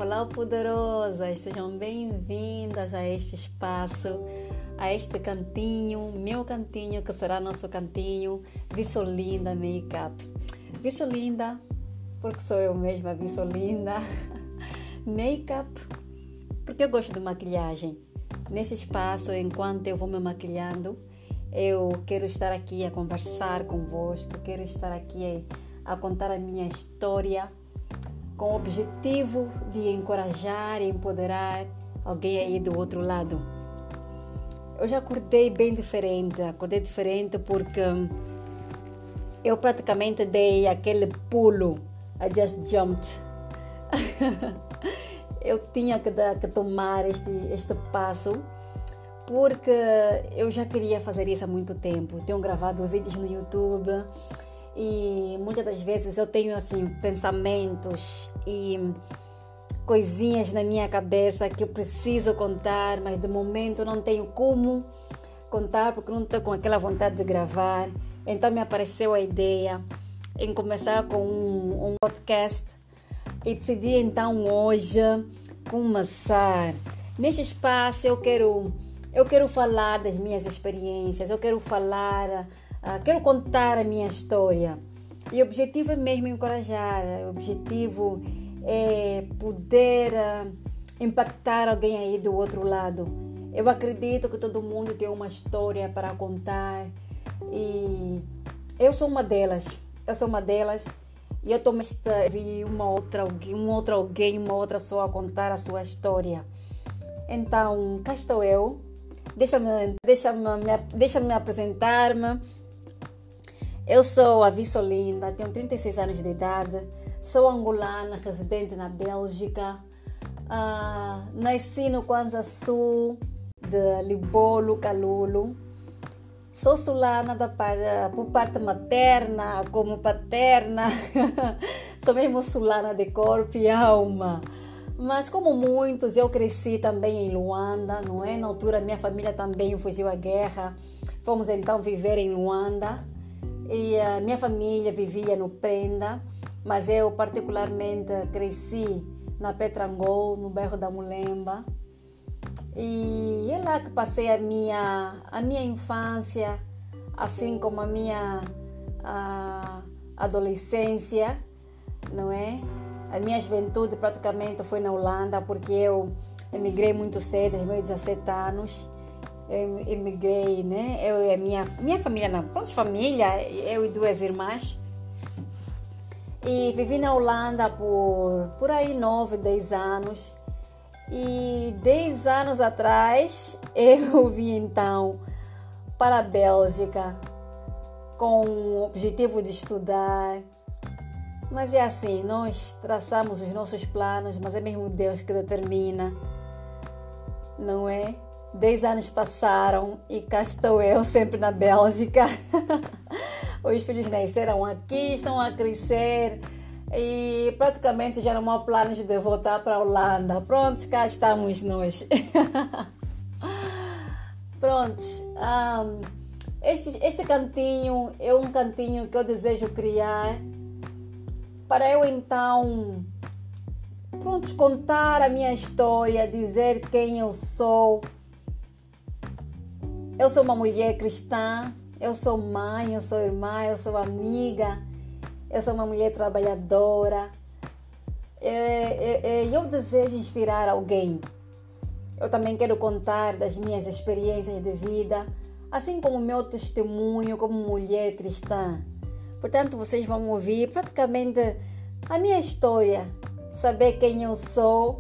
Olá, poderosas! Sejam bem-vindas a este espaço, a este cantinho, meu cantinho, que será nosso cantinho, Vissolinda Makeup. Vissolinda, porque sou eu mesma, Vissolinda. Makeup, porque eu gosto de maquilhagem. Neste espaço, enquanto eu vou me maquilhando, eu quero estar aqui a conversar convosco, quero estar aqui a contar a minha história, com o objetivo de encorajar e empoderar alguém aí do outro lado. Eu já acordei diferente porque eu praticamente dei aquele pulo, I just jumped. Eu tinha que tomar este passo, porque eu já queria fazer isso há muito tempo. Tenho gravado vídeos no YouTube e muitas das vezes eu tenho assim pensamentos e coisinhas na minha cabeça que eu preciso contar, mas de momento não tenho como contar porque não estou com aquela vontade de gravar. Então me apareceu a ideia em começar com um podcast e decidi então hoje começar. Neste espaço eu quero falar das minhas experiências, quero contar a minha história. E o objetivo é mesmo encorajar, o objetivo é poder impactar alguém aí do outro lado. Eu acredito que todo mundo tem uma história para contar e eu sou uma delas. E eu estou vi uma outra pessoa a contar a sua história. Então, cá estou eu. Deixa-me apresentar-me. Eu sou a Vissolinda, tenho 36 anos de idade, sou angolana, residente na Bélgica, nasci no Kwanza Sul de Libolo, Calulo. Sou sulana por parte materna como paterna, sou mesmo sulana de corpo e alma. Mas como muitos, eu cresci também em Luanda, não é? Na altura minha família também fugiu à guerra, fomos então viver em Luanda. E a minha família vivia no Prenda, mas eu particularmente cresci na Petrangol, no bairro da Mulemba. E é lá que passei a minha infância, assim como a minha adolescência, não é? A minha juventude praticamente foi na Holanda, porque eu emigrei muito cedo, aos meus 17 anos. Eu emigrei, né? Eu e a minha família, não, pronto, família, eu e 2 irmãs. E vivi na Holanda por aí 9, 10 anos. E 10 anos atrás, eu vim então para a Bélgica com o objetivo de estudar. Mas é assim, nós traçamos os nossos planos, mas é mesmo Deus que determina, não é? 10 anos passaram e cá estou eu, sempre na Bélgica. Os filhos nasceram aqui, estão a crescer e praticamente já não há planos de voltar para a Holanda. Prontos, cá estamos nós. Prontos. Este cantinho é um cantinho que eu desejo criar para eu então, prontos, contar a minha história, dizer quem eu sou. Eu sou uma mulher cristã, eu sou mãe, eu sou irmã, eu sou amiga, eu sou uma mulher trabalhadora. Eu desejo inspirar alguém. Eu também quero contar das minhas experiências de vida, assim como o meu testemunho como mulher cristã. Portanto, vocês vão ouvir praticamente a minha história, saber quem eu sou,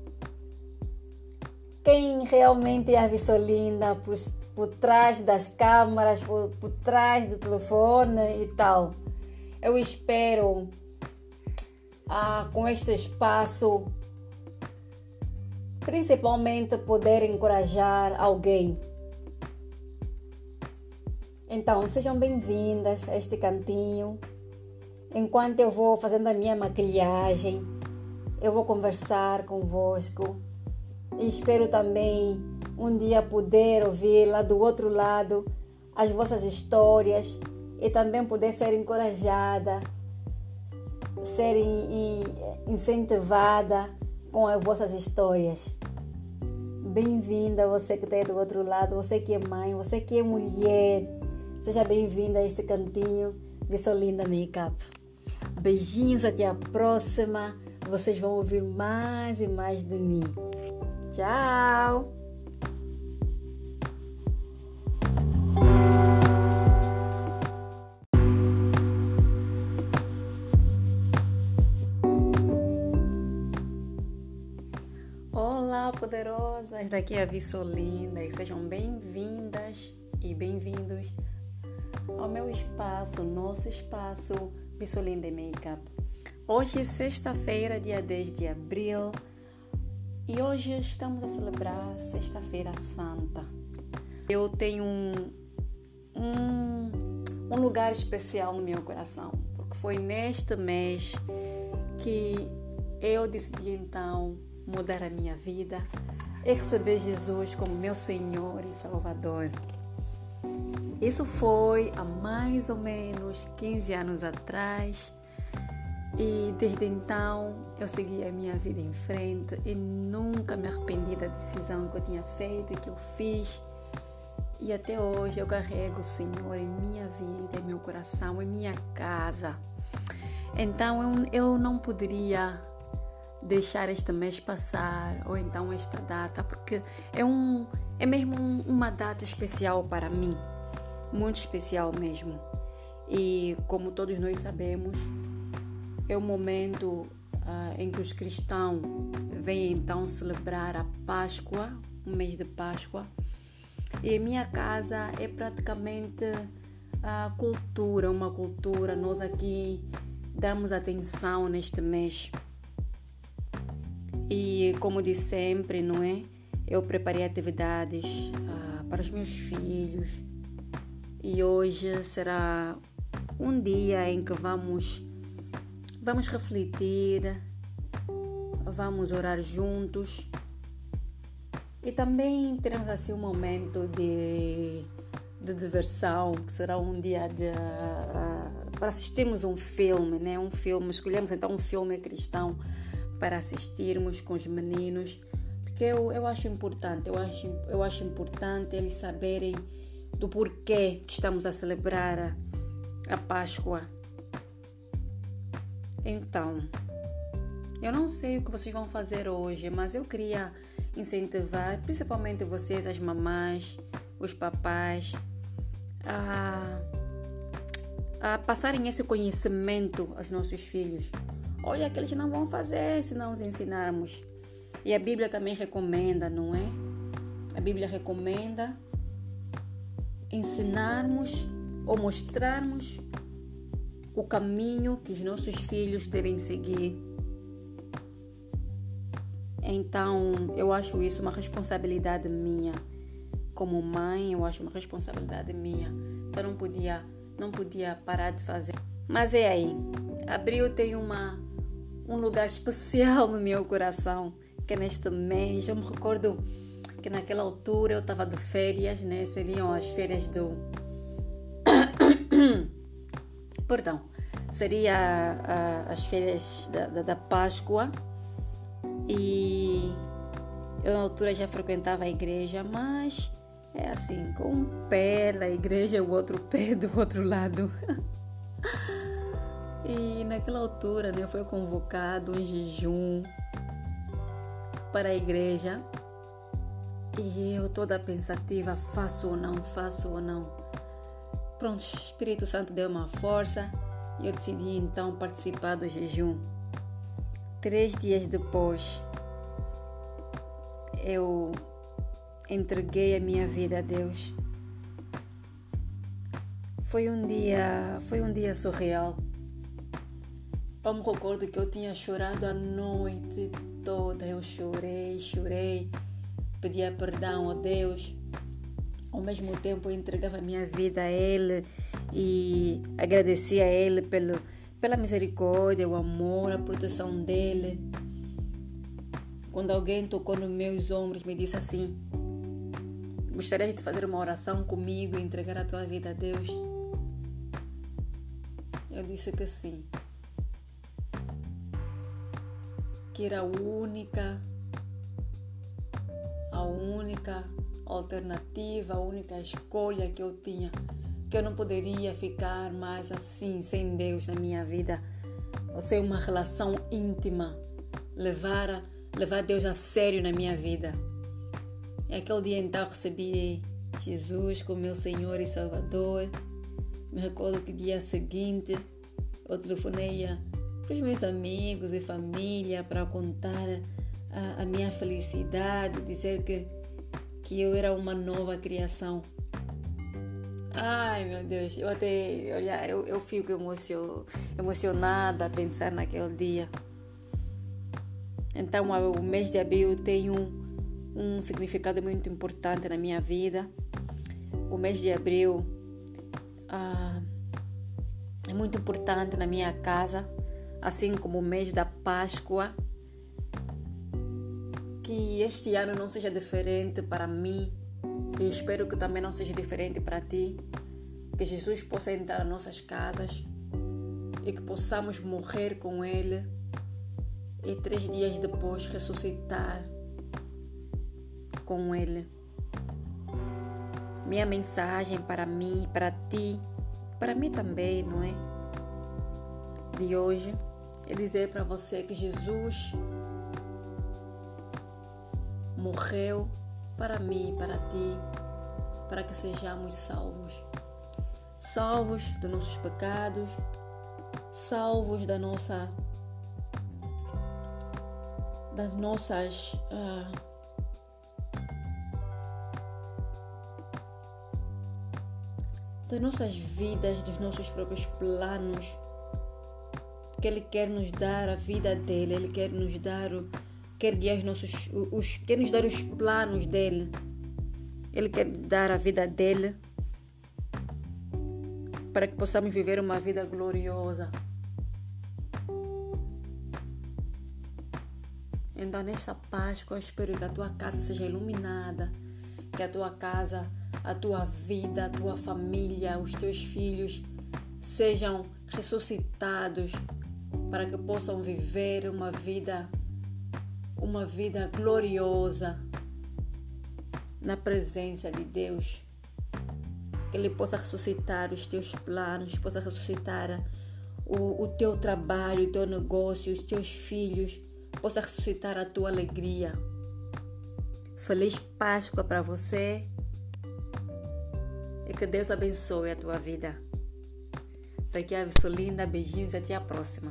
quem realmente é a Vissolinda por trás das câmaras, por trás do telefone e tal. Eu espero com este espaço principalmente poder encorajar alguém. Então, sejam bem-vindas a este cantinho. Enquanto eu vou fazendo a minha maquilhagem, eu vou conversar convosco. E espero também um dia poder ouvir lá do outro lado as vossas histórias e também poder ser encorajada, ser incentivada com as vossas histórias. Bem-vinda você que está aí do outro lado, você que é mãe, você que é mulher. Seja bem-vinda a este cantinho Vissolinda Makeup. Beijinhos, até a próxima. Vocês vão ouvir mais e mais de mim. Tchau! Olá, poderosas! Daqui é a Vissolinda e sejam bem-vindas e bem-vindos ao meu espaço, nosso espaço Vissolinda Makeup. Hoje é sexta-feira, dia 10 de abril, e hoje estamos a celebrar Sexta-feira Santa. Eu tenho um lugar especial no meu coração, porque foi neste mês que eu decidi então mudar a minha vida e receber Jesus como meu Senhor e Salvador. Isso foi há mais ou menos 15 anos atrás. E desde então eu segui a minha vida em frente e nunca me arrependi da decisão que eu tinha feito e que eu fiz. E até hoje eu carrego o Senhor em minha vida, em meu coração, em minha casa. Então eu não poderia deixar este mês passar ou então esta data, porque é mesmo uma data especial para mim, muito especial mesmo. E como todos nós sabemos, é o momento em que os cristãos vêm então celebrar a Páscoa, o mês de Páscoa. E a minha casa é praticamente a cultura, uma cultura. Nós aqui damos atenção neste mês. E como de sempre, não é? Eu preparei atividades para os meus filhos. E hoje será um dia em que vamos refletir, vamos orar juntos e também teremos assim um momento de diversão, que será um dia para assistirmos um filme, né? Escolhemos então um filme cristão para assistirmos com os meninos, porque eu acho importante, eu acho importante eles saberem do porquê que estamos a celebrar a Páscoa. Então, eu não sei o que vocês vão fazer hoje, mas eu queria incentivar, principalmente vocês, as mamães, os papais, a passarem esse conhecimento aos nossos filhos. Olha que eles não vão fazer se não os ensinarmos. E a Bíblia também recomenda, não é? A Bíblia recomenda ensinarmos ou mostrarmos o caminho que os nossos filhos devem seguir. Então, eu acho isso uma responsabilidade minha. Como mãe, eu acho uma responsabilidade minha. Então, não podia parar de fazer. Mas é aí. Abril tem um lugar especial no meu coração, que é neste mês. Eu me recordo que naquela altura eu estava de férias, né? Seriam as férias do... Perdão, seria as férias da Páscoa, e eu na altura já frequentava a igreja, mas é assim, com um pé na igreja e o outro pé do outro lado. E naquela altura, né, foi convocado um jejum para a igreja, e eu toda pensativa, faço ou não? Pronto, o Espírito Santo deu uma força e eu decidi então participar do jejum. 3 dias depois, eu entreguei a minha vida a Deus. Foi um dia surreal. Eu me recordo que eu tinha chorado a noite toda. Eu chorei, pedia perdão a Deus. Ao mesmo tempo, eu entregava a minha vida a Ele e agradecia a Ele pela misericórdia, o amor, a proteção dEle. Quando alguém tocou nos meus ombros, me disse assim: gostarias de fazer uma oração comigo e entregar a tua vida a Deus? Eu disse que sim. que era a única alternativa, a única escolha que eu tinha, que eu não poderia ficar mais assim, sem Deus na minha vida, ou sem uma relação íntima, levar Deus a sério na minha vida. E aquele dia então recebi Jesus como meu Senhor e Salvador. Me recordo que dia seguinte eu telefonei para os meus amigos e família para contar a minha felicidade, dizer que eu era uma nova criação. Ai, meu Deus, eu fico emocionada a pensar naquele dia. Então, o mês de abril tem um significado muito importante na minha vida. O mês de abril é muito importante na minha casa, assim como o mês da Páscoa. Que este ano não seja diferente para mim. Eu espero que também não seja diferente para ti. Que Jesus possa entrar nas nossas casas e que possamos morrer com Ele e 3 dias depois ressuscitar com Ele. Minha mensagem para mim, para ti, para mim também, não é? De hoje é dizer para você que Jesus morreu para mim, para ti, para que sejamos salvos. Salvos dos nossos pecados, salvos das nossas vidas, dos nossos próprios planos, porque Ele quer nos dar a vida dele, Ele quer nos dar quer guiar quer nos dar os planos dele, Ele quer dar a vida dele para que possamos viver uma vida gloriosa. Então, nesta Páscoa, eu espero que a tua casa seja iluminada, que a tua casa, a tua vida, a tua família, os teus filhos sejam ressuscitados para que possam viver uma vida gloriosa na presença de Deus. Que Ele possa ressuscitar os teus planos, possa ressuscitar o teu trabalho, o teu negócio, os teus filhos, possa ressuscitar a tua alegria. Feliz Páscoa para você e que Deus abençoe a tua vida. Daqui a Vissolinda, beijinhos e até a próxima.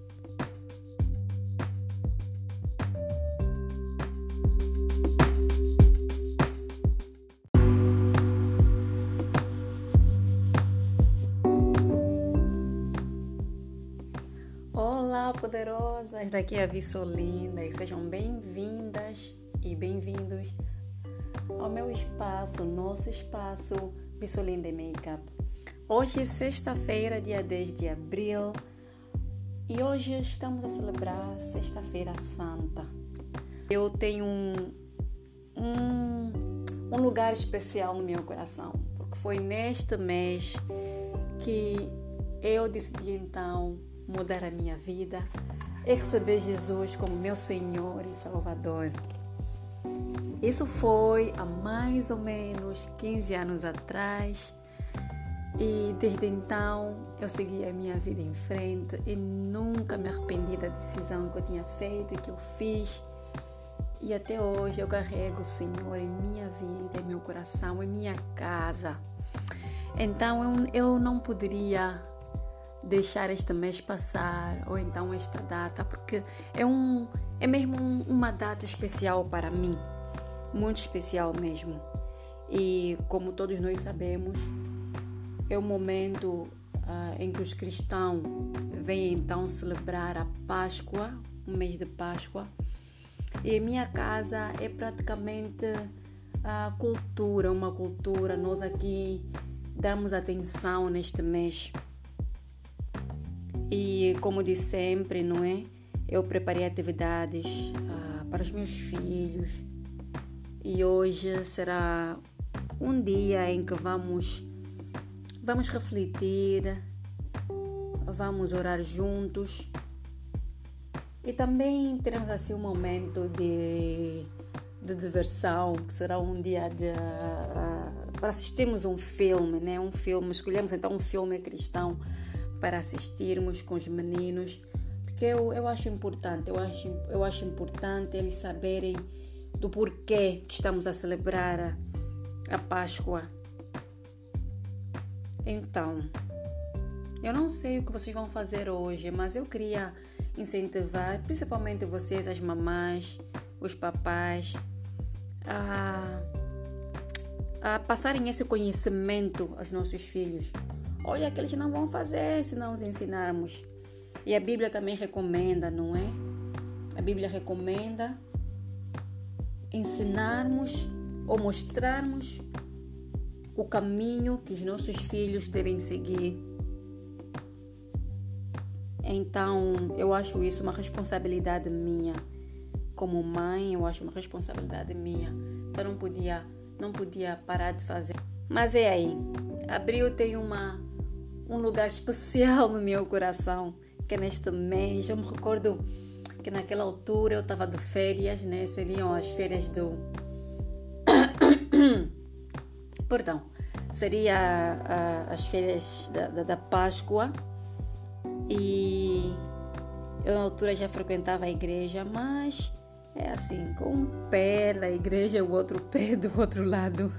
Olá, poderosas! Daqui é a Vissolinda e sejam bem-vindas e bem-vindos ao meu espaço, nosso espaço Vissolinda Makeup. Hoje é sexta-feira, dia 10 de abril, e hoje estamos a celebrar Sexta-feira Santa. Eu tenho um lugar especial no meu coração, porque foi neste mês que eu decidi então mudar a minha vida e receber Jesus como meu Senhor e Salvador. Isso foi há mais ou menos 15 anos atrás e desde então eu segui a minha vida em frente e nunca me arrependi da decisão que eu tinha feito e que eu fiz. E até hoje eu carrego o Senhor em minha vida, em meu coração, em minha casa. Então eu não poderia deixar este mês passar ou então esta data, porque é mesmo uma data especial para mim, muito especial mesmo. E como todos nós sabemos, é o momento em que os cristãos vêm então celebrar a Páscoa, o mês de Páscoa. E a minha casa é praticamente a cultura, uma cultura. Nós aqui damos atenção neste mês. E como de sempre, não é? Eu preparei atividades para os meus filhos. E hoje será um dia em que vamos refletir, vamos orar juntos E também teremos assim um momento de diversão, que será um dia para assistirmos um filme, né? Um filme, escolhemos então um filme cristão para assistirmos com os meninos, porque eu acho importante, eu acho importante eles saberem do porquê que estamos a celebrar a Páscoa. Então, eu não sei o que vocês vão fazer hoje, mas eu queria incentivar, principalmente vocês, as mamães, os papais, a passarem esse conhecimento aos nossos filhos. Olha que eles não vão fazer se não os ensinarmos. E a Bíblia também recomenda, não é? A Bíblia recomenda ensinarmos ou mostrarmos o caminho que os nossos filhos devem seguir. Então, eu acho isso uma responsabilidade minha. Como mãe, eu acho uma responsabilidade minha. Então, não podia parar de fazer. Mas é aí. Abril tem um lugar especial no meu coração, que é neste mês. Eu me recordo que naquela altura eu estava de férias, né? Seriam as férias do... Perdão. Seria as férias da Páscoa. E eu na altura já frequentava a igreja, mas é assim, com um pé na igreja e o outro pé do outro lado.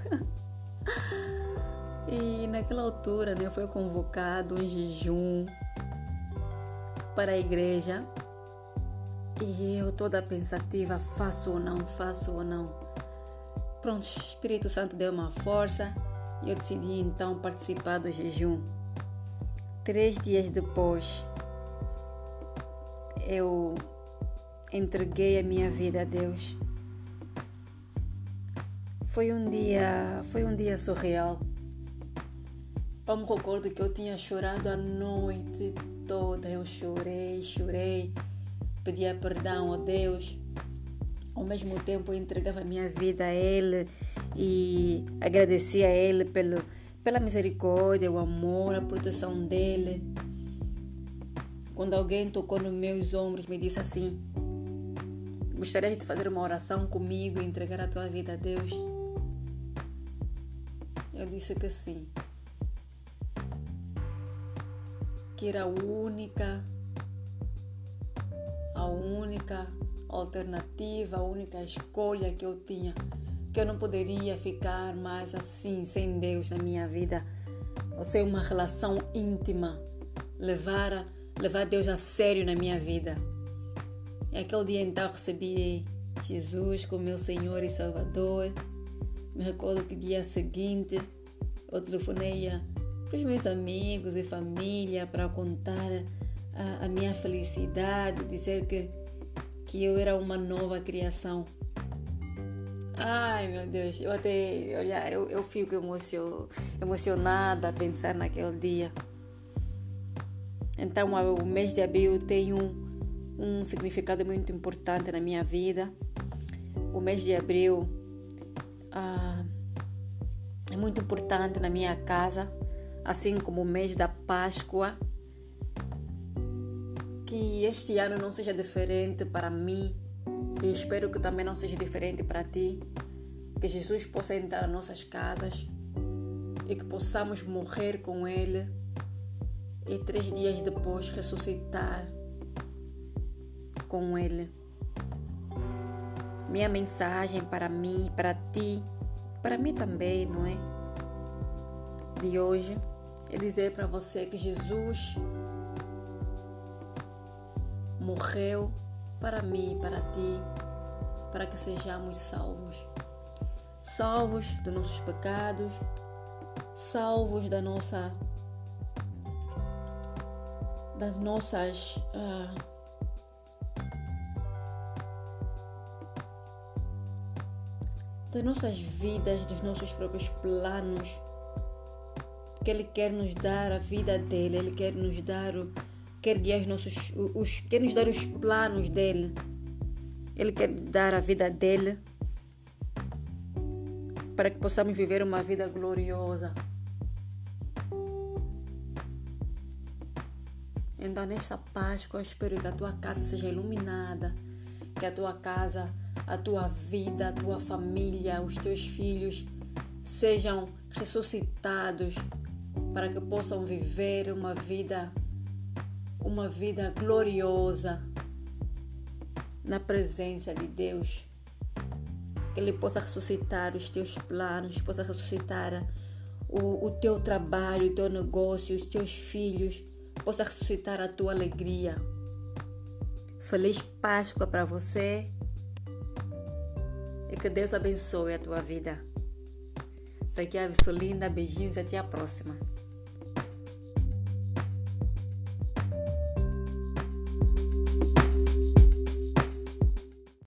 E naquela altura, né, foi convocado um jejum para a igreja. E eu toda pensativa, faço ou não. Pronto, o Espírito Santo deu uma força e eu decidi então participar do jejum. 3 dias depois, eu entreguei a minha vida a Deus. Foi um dia surreal. Eu me recordo que eu tinha chorado a noite toda. Eu chorei, pedia perdão a Deus. Ao mesmo tempo eu entregava a minha vida a Ele e agradecia a Ele pela misericórdia, o amor, a proteção dele. Quando alguém tocou nos meus ombros, me disse assim: gostarias de fazer uma oração comigo e entregar a tua vida a Deus? Eu disse que sim. Que era a única alternativa, a única escolha que eu tinha. Que eu não poderia ficar mais assim, sem Deus na minha vida. Ou sem uma relação íntima. Levar Deus a sério na minha vida. E aquele dia então recebi Jesus como meu Senhor e Salvador. Me recordo que dia seguinte eu telefonei para os meus amigos e família para contar a minha felicidade, dizer que eu era uma nova criação. Ai, meu Deus, eu fico emocionada a pensar naquele dia. Então, o mês de abril tem um significado muito importante na minha vida. O mês de abril é muito importante na minha casa, assim como o mês da Páscoa. Que este ano não seja diferente para mim. E espero que também não seja diferente para ti. Que Jesus possa entrar nas nossas casas e que possamos morrer com Ele e 3 dias depois ressuscitar com Ele. Minha mensagem para mim, para ti, para mim também, não é? De hoje é dizer para você que Jesus morreu para mim, para ti, para que sejamos salvos. Salvos dos nossos pecados, salvos das nossas vidas, dos nossos próprios planos, que Ele quer nos dar a vida dele, Ele quer nos dar quer guiar quer nos dar os planos dele, Ele quer dar a vida dele para que possamos viver uma vida gloriosa. Então, nesta Páscoa, eu espero que a tua casa seja iluminada, que a tua casa, a tua vida, a tua família, os teus filhos sejam ressuscitados para que possam viver uma vida gloriosa na presença de Deus. Que Ele possa ressuscitar os teus planos, possa ressuscitar o teu trabalho, o teu negócio, os teus filhos, possa ressuscitar a tua alegria. Feliz Páscoa para você e que Deus abençoe a tua vida. Daqui a Vissolinda, beijinhos e até a próxima.